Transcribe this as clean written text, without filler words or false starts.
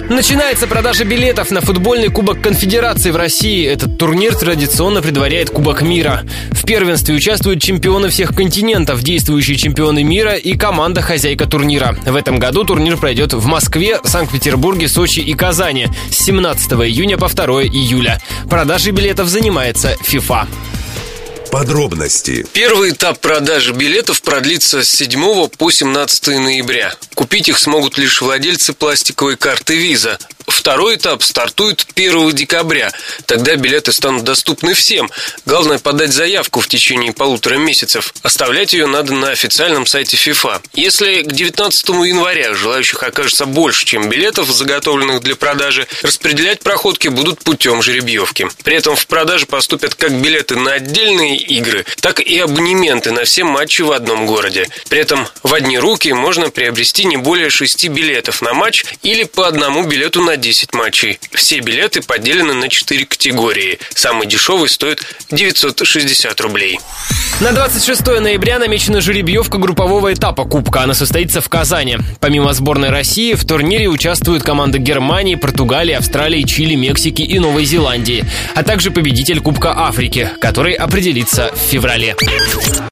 Начинается продажа билетов на футбольный Кубок Конфедерации в России. Этот турнир традиционно предваряет Кубок мира. В первенстве участвуют чемпионы всех континентов, действующие чемпионы мира и команда-хозяйка турнира. В этом году турнир пройдет в Москве, Санкт-Петербурге, Сочи и Казани с 17 июня по 2 июля. Продажей билетов занимается FIFA. Подробности. Первый этап продажи билетов продлится с 7 по 17 ноября. Купить их смогут лишь владельцы пластиковой карты Visa. Второй этап стартует 1 декабря. Тогда билеты станут доступны всем. Главное подать заявку в течение 1,5 месяцев. Оставлять ее надо на официальном сайте FIFA. Если к 19 января желающих окажется больше, чем билетов, заготовленных для продажи, распределять проходки будут путем жеребьевки. При этом в продажу поступят как билеты на отдельные игры, так и абонементы на все матчи в одном городе. При этом в одни руки можно приобрести не более 6 билетов на матч или по одному билету на 10 матчей. Все билеты поделены на 4 категории. Самый дешевый стоит 960 рублей. На 26 ноября намечена жеребьевка группового этапа Кубка. Она состоится в Казани. Помимо сборной России, в турнире участвуют команды Германии, Португалии, Австралии, Чили, Мексики и Новой Зеландии, а также победитель Кубка Африки, который определится в феврале.